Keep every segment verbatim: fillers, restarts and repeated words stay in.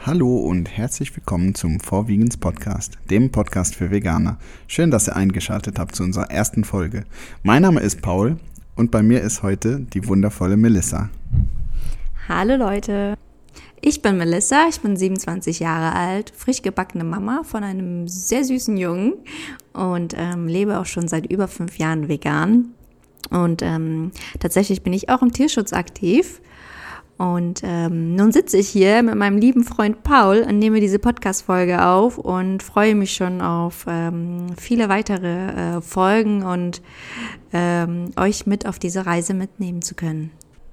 Hallo und herzlich willkommen zum four Vegans Podcast, dem Podcast für Veganer. Schön, dass ihr eingeschaltet habt zu unserer ersten Folge. Mein Name ist Paul und bei mir ist heute die wundervolle Melissa. Hallo Leute, ich bin Melissa, ich bin siebenundzwanzig Jahre alt, frisch gebackene Mama von einem sehr süßen Jungen und ähm, lebe auch schon seit über fünf Jahren vegan. Und ähm, tatsächlich bin ich auch im Tierschutz aktiv. Und ähm, nun sitze ich hier mit meinem lieben Freund Paul und nehme diese Podcast-Folge auf und freue mich schon auf ähm, viele weitere äh, Folgen und ähm, euch mit auf diese Reise mitnehmen zu können.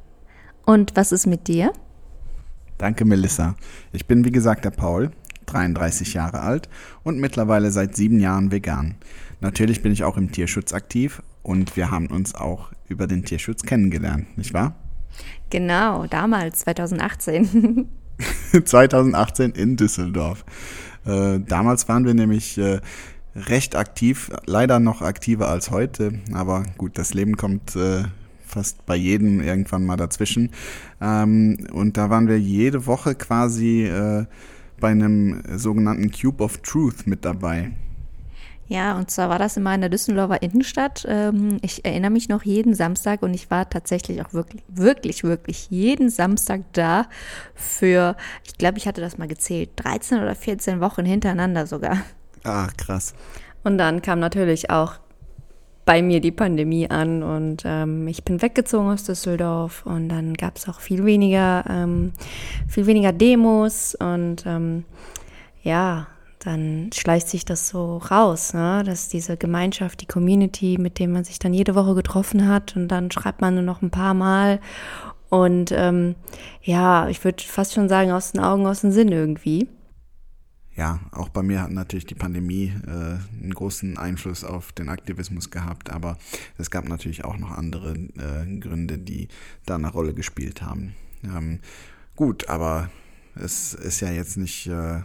Und was ist mit dir? Danke, Melissa. Ich bin, wie gesagt, der Paul, dreiunddreißig Jahre alt und mittlerweile seit sieben Jahren vegan. Natürlich bin ich auch im Tierschutz aktiv und wir haben uns auch über den Tierschutz kennengelernt, nicht wahr? Genau, damals, zwanzig achtzehn. zwanzig achtzehn in Düsseldorf. Äh, damals waren wir nämlich äh, recht aktiv, leider noch aktiver als heute, aber gut, das Leben kommt äh, fast bei jedem irgendwann mal dazwischen. Ähm, und da waren wir jede Woche quasi äh, bei einem sogenannten Cube of Truth mit dabei. Ja, und zwar war das immer in der Düsseldorfer Innenstadt. Ich erinnere mich noch jeden Samstag und ich war tatsächlich auch wirklich, wirklich, wirklich jeden Samstag da für, ich glaube, ich hatte das mal gezählt, dreizehn oder vierzehn Wochen hintereinander sogar. Ah, krass. Und dann kam natürlich auch bei mir die Pandemie an und ähm, ich bin weggezogen aus Düsseldorf und dann gab es auch viel weniger, ähm, viel weniger Demos und ähm, ja, dann schleicht sich das so raus, ne? Dass diese Gemeinschaft, die Community, mit dem man sich dann jede Woche getroffen hat und dann schreibt man nur noch ein paar Mal und ähm, ja, ich würde fast schon sagen, aus den Augen, aus dem Sinn irgendwie. Ja, auch bei mir hat natürlich die Pandemie äh, einen großen Einfluss auf den Aktivismus gehabt, aber es gab natürlich auch noch andere äh, Gründe, die da eine Rolle gespielt haben. Ähm, gut, aber es ist ja jetzt nicht äh,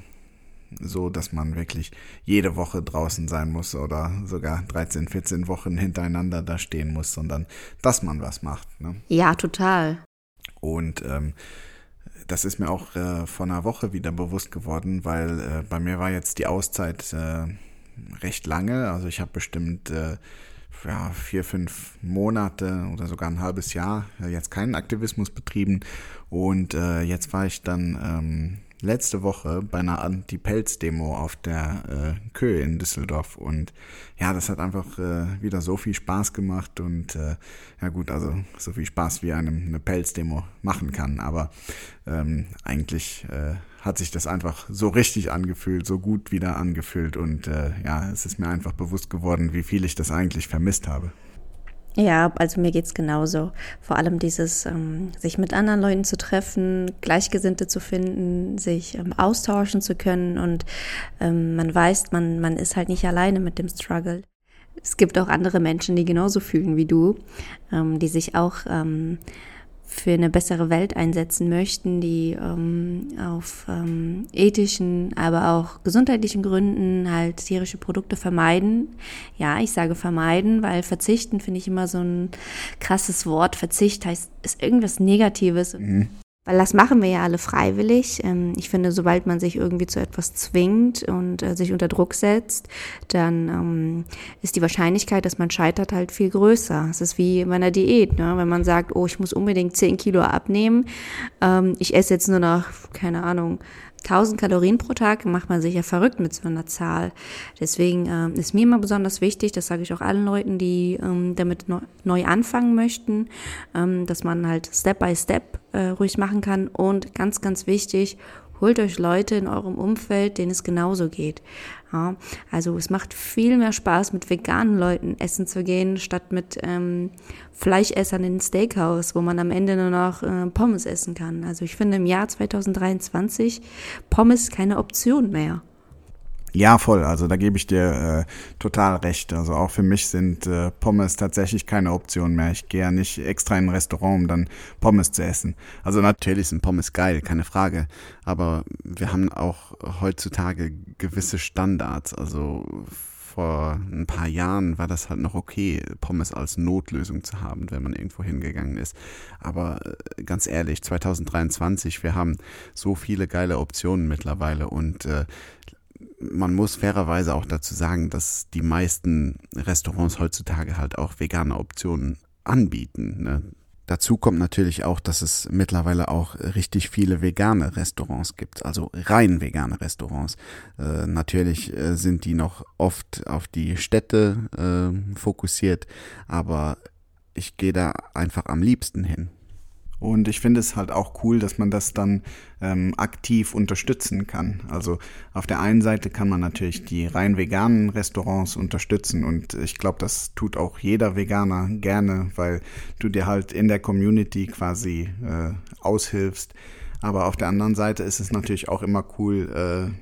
so, dass man wirklich jede Woche draußen sein muss oder sogar dreizehn, vierzehn Wochen hintereinander da stehen muss, sondern dass man was macht. Ne? Ja, total. Und ähm, das ist mir auch äh, vor einer Woche wieder bewusst geworden, weil äh, bei mir war jetzt die Auszeit äh, recht lange. Also ich habe bestimmt äh, ja, vier, fünf Monate oder sogar ein halbes Jahr äh, jetzt keinen Aktivismus betrieben. Und äh, jetzt war ich dann ähm, letzte Woche bei einer Anti-Pelz-Demo auf der äh, Köhe in Düsseldorf und ja, das hat einfach äh, wieder so viel Spaß gemacht und äh, ja gut, also so viel Spaß wie einem eine Pelz-Demo machen kann, aber ähm, eigentlich äh, hat sich das einfach so richtig angefühlt, so gut wieder angefühlt und äh, ja, es ist mir einfach bewusst geworden, wie viel ich das eigentlich vermisst habe. Ja, also mir geht's genauso. Vor allem dieses, ähm, sich mit anderen Leuten zu treffen, Gleichgesinnte zu finden, sich ähm, austauschen zu können und ähm, man weiß, man, man ist halt nicht alleine mit dem Struggle. Es gibt auch andere Menschen, die genauso fühlen wie du, ähm, die sich auch ähm, für eine bessere Welt einsetzen möchten, die ähm, auf ähm, ethischen, aber auch gesundheitlichen Gründen halt tierische Produkte vermeiden. Ja, ich sage vermeiden, weil verzichten finde ich immer so ein krasses Wort. Verzicht heißt, ist irgendwas Negatives. Mhm. Weil das machen wir ja alle freiwillig. Ich finde, sobald man sich irgendwie zu etwas zwingt und sich unter Druck setzt, dann ähm, ist die Wahrscheinlichkeit, dass man scheitert, halt viel größer. Es ist wie bei einer Diät, ne? Wenn man sagt, oh, ich muss unbedingt zehn Kilo abnehmen, ähm, ich esse jetzt nur noch, keine Ahnung, tausend Kalorien pro Tag, macht man sich ja verrückt mit so einer Zahl. Deswegen ähm, ist mir immer besonders wichtig, das sage ich auch allen Leuten, die ähm, damit no, neu anfangen möchten, ähm, dass man halt Step by Step äh, ruhig machen kann und ganz, ganz wichtig, holt euch Leute in eurem Umfeld, denen es genauso geht. Ja, also es macht viel mehr Spaß, mit veganen Leuten essen zu gehen, statt mit ähm, Fleischessern in ein Steakhouse, wo man am Ende nur noch äh, Pommes essen kann. Also ich finde im Jahr zwanzig dreiundzwanzig Pommes keine Option mehr. Ja, voll. Also da gebe ich dir äh, total recht. Also auch für mich sind äh, Pommes tatsächlich keine Option mehr. Ich gehe ja nicht extra in ein Restaurant, um dann Pommes zu essen. Also natürlich sind Pommes geil, keine Frage. Aber wir haben auch heutzutage gewisse Standards. Also vor ein paar Jahren war das halt noch okay, Pommes als Notlösung zu haben, wenn man irgendwo hingegangen ist. Aber äh, ganz ehrlich, zwanzig dreiundzwanzig, wir haben so viele geile Optionen mittlerweile und äh, man muss fairerweise auch dazu sagen, dass die meisten Restaurants heutzutage halt auch vegane Optionen anbieten, ne? Dazu kommt natürlich auch, dass es mittlerweile auch richtig viele vegane Restaurants gibt, also rein vegane Restaurants. Äh, natürlich äh, sind die noch oft auf die Städte äh, fokussiert, aber ich gehe da einfach am liebsten hin. Und ich finde es halt auch cool, dass man das dann ähm, aktiv unterstützen kann. Also auf der einen Seite kann man natürlich die rein veganen Restaurants unterstützen und ich glaube, das tut auch jeder Veganer gerne, weil du dir halt in der Community quasi äh, aushilfst. Aber auf der anderen Seite ist es natürlich auch immer cool,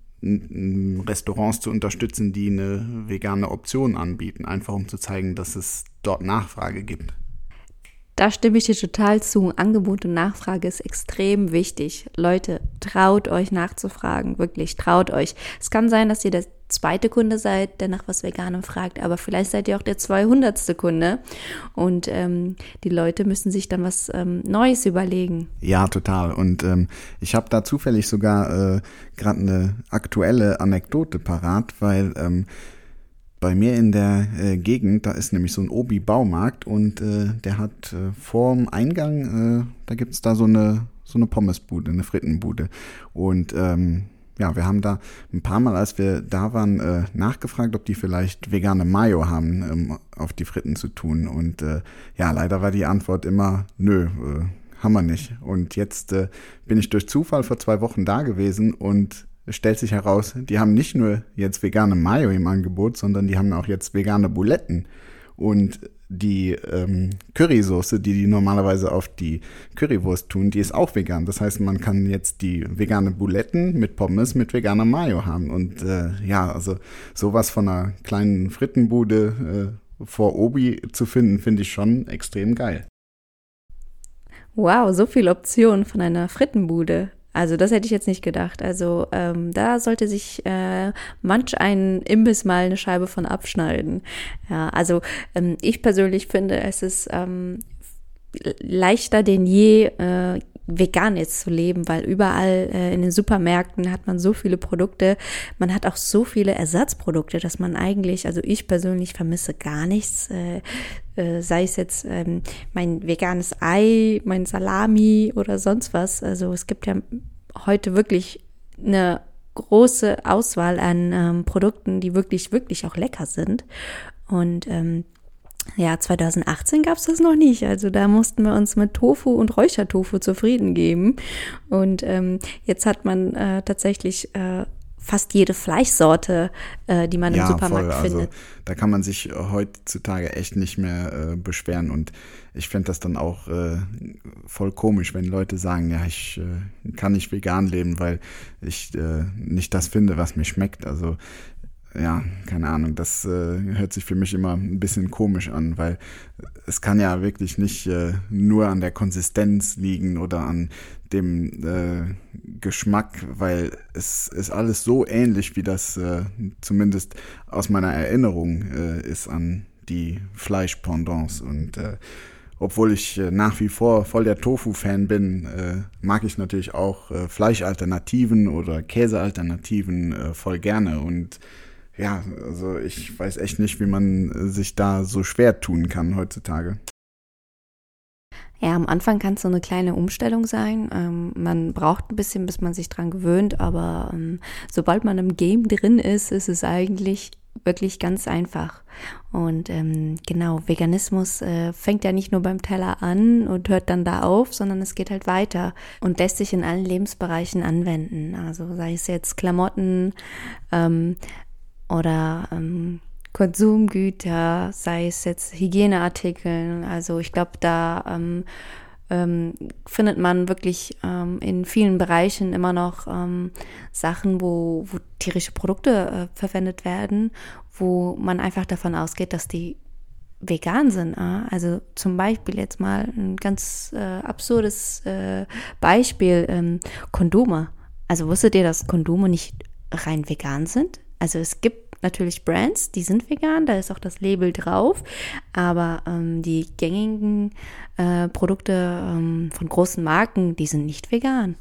äh, Restaurants zu unterstützen, die eine vegane Option anbieten, einfach um zu zeigen, dass es dort Nachfrage gibt. Da stimme ich dir total zu. Angebot und Nachfrage ist extrem wichtig. Leute, traut euch nachzufragen, wirklich, traut euch. Es kann sein, dass ihr der zweite Kunde seid, der nach was Veganem fragt, aber vielleicht seid ihr auch der zweihundertste Kunde und ähm, die Leute müssen sich dann was ähm, Neues überlegen. Ja, total. Und ähm, ich habe da zufällig sogar äh, gerade eine aktuelle Anekdote parat, weil ähm, bei mir in der äh, Gegend, da ist nämlich so ein Obi-Baumarkt und äh, der hat äh, vorm Eingang, äh, da gibt's da so eine so eine Pommesbude, eine Frittenbude. Und ähm, ja, wir haben da ein paar Mal, als wir da waren, äh, nachgefragt, ob die vielleicht vegane Mayo haben, ähm, auf die Fritten zu tun. Und äh, ja, leider war die Antwort immer, nö, äh, haben wir nicht. Und jetzt äh, bin ich durch Zufall vor zwei Wochen da gewesen und es stellt sich heraus, die haben nicht nur jetzt vegane Mayo im Angebot, sondern die haben auch jetzt vegane Buletten. Und die ähm, Currysoße, die die normalerweise auf die Currywurst tun, die ist auch vegan. Das heißt, man kann jetzt die vegane Buletten mit Pommes mit veganer Mayo haben. Und äh, ja, also sowas von einer kleinen Frittenbude äh, vor Obi zu finden, finde ich schon extrem geil. Wow, so viele Optionen von einer Frittenbude. Also das hätte ich jetzt nicht gedacht. Also ähm, da sollte sich äh, manch ein Imbiss mal eine Scheibe von abschneiden. Ja, also ähm, ich persönlich finde, es ist ähm, leichter denn je, äh, vegan jetzt zu leben, weil überall äh, in den Supermärkten hat man so viele Produkte. Man hat auch so viele Ersatzprodukte, dass man eigentlich, also ich persönlich vermisse gar nichts. Äh, äh, sei es jetzt ähm, mein veganes Ei, mein Salami oder sonst was. Also es gibt ja heute wirklich eine große Auswahl an ähm, Produkten, die wirklich, wirklich auch lecker sind. Und ähm, ja, zwanzig achtzehn gab es das noch nicht. Also da mussten wir uns mit Tofu und Räuchertofu zufrieden geben. Und ähm, jetzt hat man äh, tatsächlich äh, fast jede Fleischsorte, äh, die man ja, im Supermarkt voll. findet. Also da kann man sich heutzutage echt nicht mehr äh, beschweren. Und ich fände das dann auch äh, voll komisch, wenn Leute sagen, ja, ich äh, kann nicht vegan leben, weil ich äh, nicht das finde, was mir schmeckt. Also ja, keine Ahnung, das äh, hört sich für mich immer ein bisschen komisch an, weil es kann ja wirklich nicht äh, nur an der Konsistenz liegen oder an dem äh, Geschmack, weil es ist alles so ähnlich, wie das äh, zumindest aus meiner Erinnerung äh, ist an die Fleischpendants. Und äh, obwohl ich äh, nach wie vor voll der Tofu-Fan bin, äh, mag ich natürlich auch äh, Fleischalternativen oder Käsealternativen äh, voll gerne. Und ja, also ich weiß echt nicht, wie man sich da so schwer tun kann heutzutage. Ja, am Anfang kann es so eine kleine Umstellung sein. Ähm, man braucht ein bisschen, bis man sich dran gewöhnt, aber ähm, sobald man im Game drin ist, ist es eigentlich wirklich ganz einfach. Und ähm, genau, Veganismus äh, fängt ja nicht nur beim Teller an und hört dann da auf, sondern es geht halt weiter und lässt sich in allen Lebensbereichen anwenden. Also sei es jetzt Klamotten, ähm, oder ähm, Konsumgüter, sei es jetzt Hygieneartikel. Also ich glaube, da ähm, ähm, findet man wirklich ähm, in vielen Bereichen immer noch ähm, Sachen, wo, wo tierische Produkte äh, verwendet werden, wo man einfach davon ausgeht, dass die vegan sind. Äh? Also zum Beispiel jetzt mal ein ganz äh, absurdes äh, Beispiel, ähm, Kondome. Also wusstet ihr, dass Kondome nicht rein vegan sind? Also es gibt natürlich Brands, die sind vegan, da ist auch das Label drauf, aber ähm, die gängigen äh, Produkte ähm, von großen Marken, die sind nicht vegan.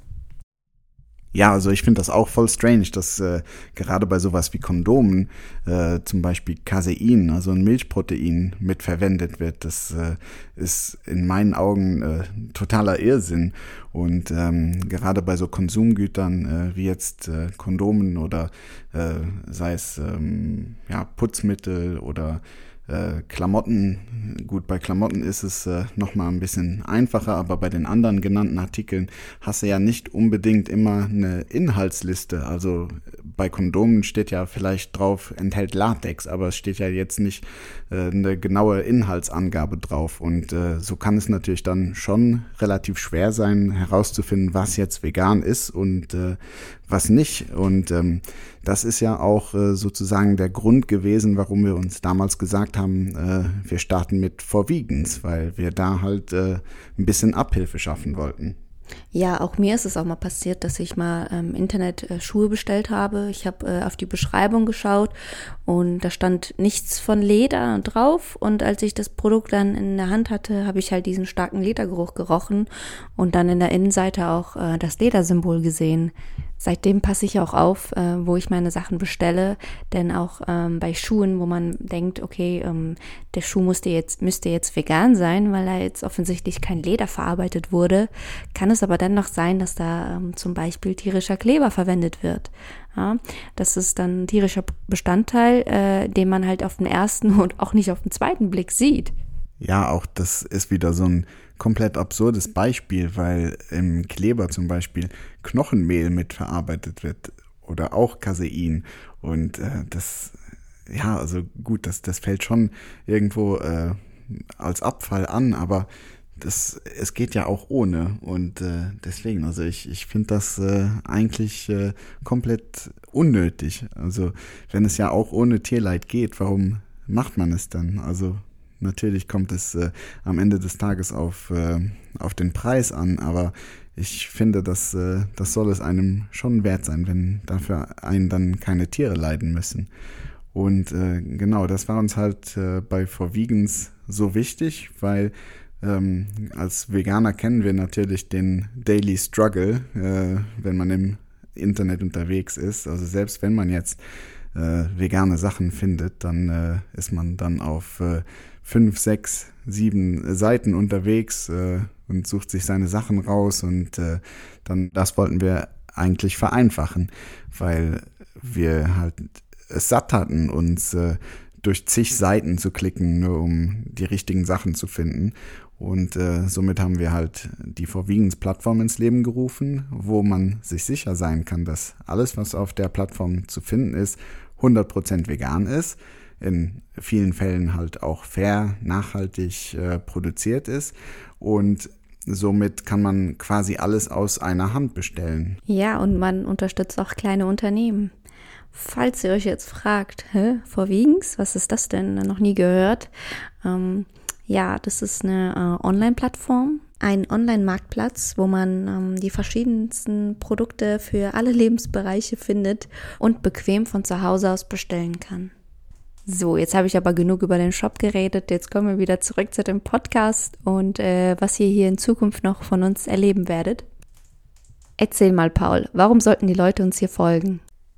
Ja, also ich finde das auch voll strange, dass äh, gerade bei sowas wie Kondomen äh, zum Beispiel Casein, also ein Milchprotein, mitverwendet wird. Das äh, ist in meinen Augen äh, totaler Irrsinn. Und ähm, gerade bei so Konsumgütern äh, wie jetzt äh, Kondomen oder äh, sei es ähm, ja, Putzmittel oder Äh, Klamotten, gut, bei Klamotten ist es äh, nochmal ein bisschen einfacher, aber bei den anderen genannten Artikeln hast du ja nicht unbedingt immer eine Inhaltsliste. Also bei Kondomen steht ja vielleicht drauf, enthält Latex, aber es steht ja jetzt nicht äh, eine genaue Inhaltsangabe drauf. Und äh, so kann es natürlich dann schon relativ schwer sein, herauszufinden, was jetzt vegan ist und äh, was nicht. Und ähm, das ist ja auch äh, sozusagen der Grund gewesen, warum wir uns damals gesagt haben, äh, wir starten mit For Vegans, weil wir da halt äh, ein bisschen Abhilfe schaffen wollten. Ja, auch mir ist es auch mal passiert, dass ich mal im ähm, Internet äh, Schuhe bestellt habe. Ich habe äh, auf die Beschreibung geschaut und da stand nichts von Leder drauf. Und als ich das Produkt dann in der Hand hatte, habe ich halt diesen starken Ledergeruch gerochen und dann in der Innenseite auch äh, das Ledersymbol gesehen. Seitdem passe ich auch auf, äh, wo ich meine Sachen bestelle, denn auch ähm, bei Schuhen, wo man denkt, okay, ähm, der Schuh musste jetzt, müsste jetzt vegan sein, weil da jetzt offensichtlich kein Leder verarbeitet wurde, kann es aber dennoch sein, dass da ähm, zum Beispiel tierischer Kleber verwendet wird. Ja, das ist dann ein tierischer Bestandteil, äh, den man halt auf den ersten und auch nicht auf den zweiten Blick sieht. Ja, auch das ist wieder so ein komplett absurdes Beispiel, weil im Kleber zum Beispiel Knochenmehl mitverarbeitet wird oder auch Casein. Und äh, das, ja, also gut, das, das fällt schon irgendwo äh, als Abfall an, aber das, es geht ja auch ohne. Und äh, deswegen, also ich, ich finde das äh, eigentlich äh, komplett unnötig. Also wenn es ja auch ohne Tierleid geht, warum macht man es dann? Also natürlich kommt es äh, am Ende des Tages auf, äh, auf den Preis an, aber ich finde, dass, äh, das soll es einem schon wert sein, wenn dafür einen dann keine Tiere leiden müssen. Und äh, genau, das war uns halt äh, bei For Vegans so wichtig, weil ähm, als Veganer kennen wir natürlich den Daily Struggle, äh, wenn man im Internet unterwegs ist. Also selbst wenn man jetzt äh, vegane Sachen findet, dann äh, ist man dann auf äh, fünf, sechs, sieben Seiten unterwegs äh, und sucht sich seine Sachen raus und äh, dann, das wollten wir eigentlich vereinfachen, weil wir halt es satt hatten, uns äh, durch zig Seiten zu klicken, nur um die richtigen Sachen zu finden. Und äh, somit haben wir halt die For Vegans Plattform ins Leben gerufen, wo man sich sicher sein kann, dass alles, was auf der Plattform zu finden ist, hundert Prozent vegan ist, in vielen Fällen halt auch fair, nachhaltig äh, produziert ist und somit kann man quasi alles aus einer Hand bestellen. Ja, und man unterstützt auch kleine Unternehmen. Falls ihr euch jetzt fragt, hä, For Vegans, was ist das denn? Noch nie gehört. Ähm, ja, das ist eine äh, Online-Plattform, ein Online-Marktplatz, wo man ähm, die verschiedensten Produkte für alle Lebensbereiche findet und bequem von zu Hause aus bestellen kann. So, jetzt habe ich aber genug über den Shop geredet. Jetzt kommen wir wieder zurück zu dem Podcast und äh, was ihr hier in Zukunft noch von uns erleben werdet. Erzähl mal, Paul, warum sollten die Leute uns hier folgen?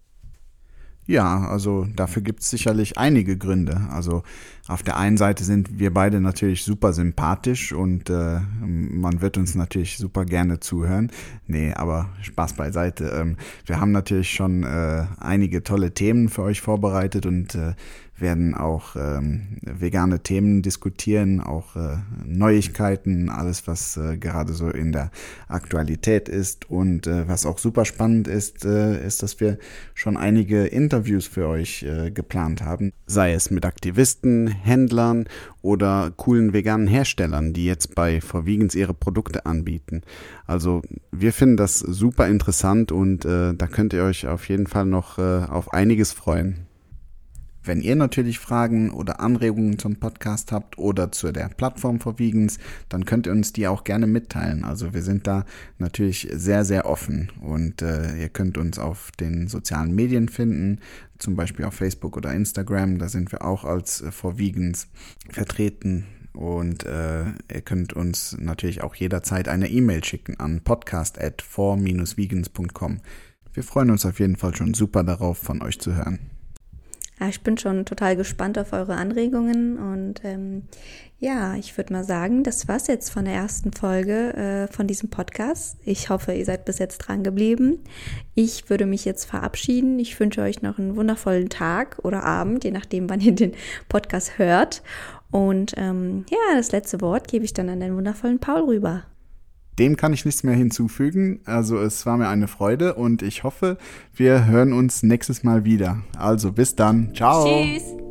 Ja, also dafür gibt es sicherlich einige Gründe. Also auf der einen Seite sind wir beide natürlich super sympathisch und äh, man wird uns natürlich super gerne zuhören. Nee, aber Spaß beiseite. Ähm, wir haben natürlich schon äh, einige tolle Themen für euch vorbereitet und äh, werden auch ähm, vegane Themen diskutieren, auch äh, Neuigkeiten, alles was äh, gerade so in der Aktualität ist. Und äh, was auch super spannend ist, äh, ist, dass wir schon einige Interviews für euch äh, geplant haben, sei es mit Aktivisten, Händlern oder coolen veganen Herstellern, die jetzt bei For Vegans ihre Produkte anbieten. Also wir finden das super interessant und äh, da könnt ihr euch auf jeden Fall noch äh, auf einiges freuen. Wenn ihr natürlich Fragen oder Anregungen zum Podcast habt oder zu der Plattform for Vegans, dann könnt ihr uns die auch gerne mitteilen. Also wir sind da natürlich sehr, sehr offen und äh, ihr könnt uns auf den sozialen Medien finden, zum Beispiel auf Facebook oder Instagram. Da sind wir auch als äh, for Vegans vertreten. Und äh, ihr könnt uns natürlich auch jederzeit eine E-Mail schicken an podcast at for dash vegans punkt com. Wir freuen uns auf jeden Fall schon super darauf, von euch zu hören. Ja, ich bin schon total gespannt auf eure Anregungen und ähm, ja, ich würde mal sagen, das war's jetzt von der ersten Folge äh, von diesem Podcast. Ich hoffe, ihr seid bis jetzt dran geblieben. Ich würde mich jetzt verabschieden. Ich wünsche euch noch einen wundervollen Tag oder Abend, je nachdem, wann ihr den Podcast hört. Und ähm, ja, das letzte Wort gebe ich dann an den wundervollen Paul rüber. Dem kann ich nichts mehr hinzufügen. Also es war mir eine Freude und ich hoffe, wir hören uns nächstes Mal wieder. Also bis dann. Ciao. Tschüss.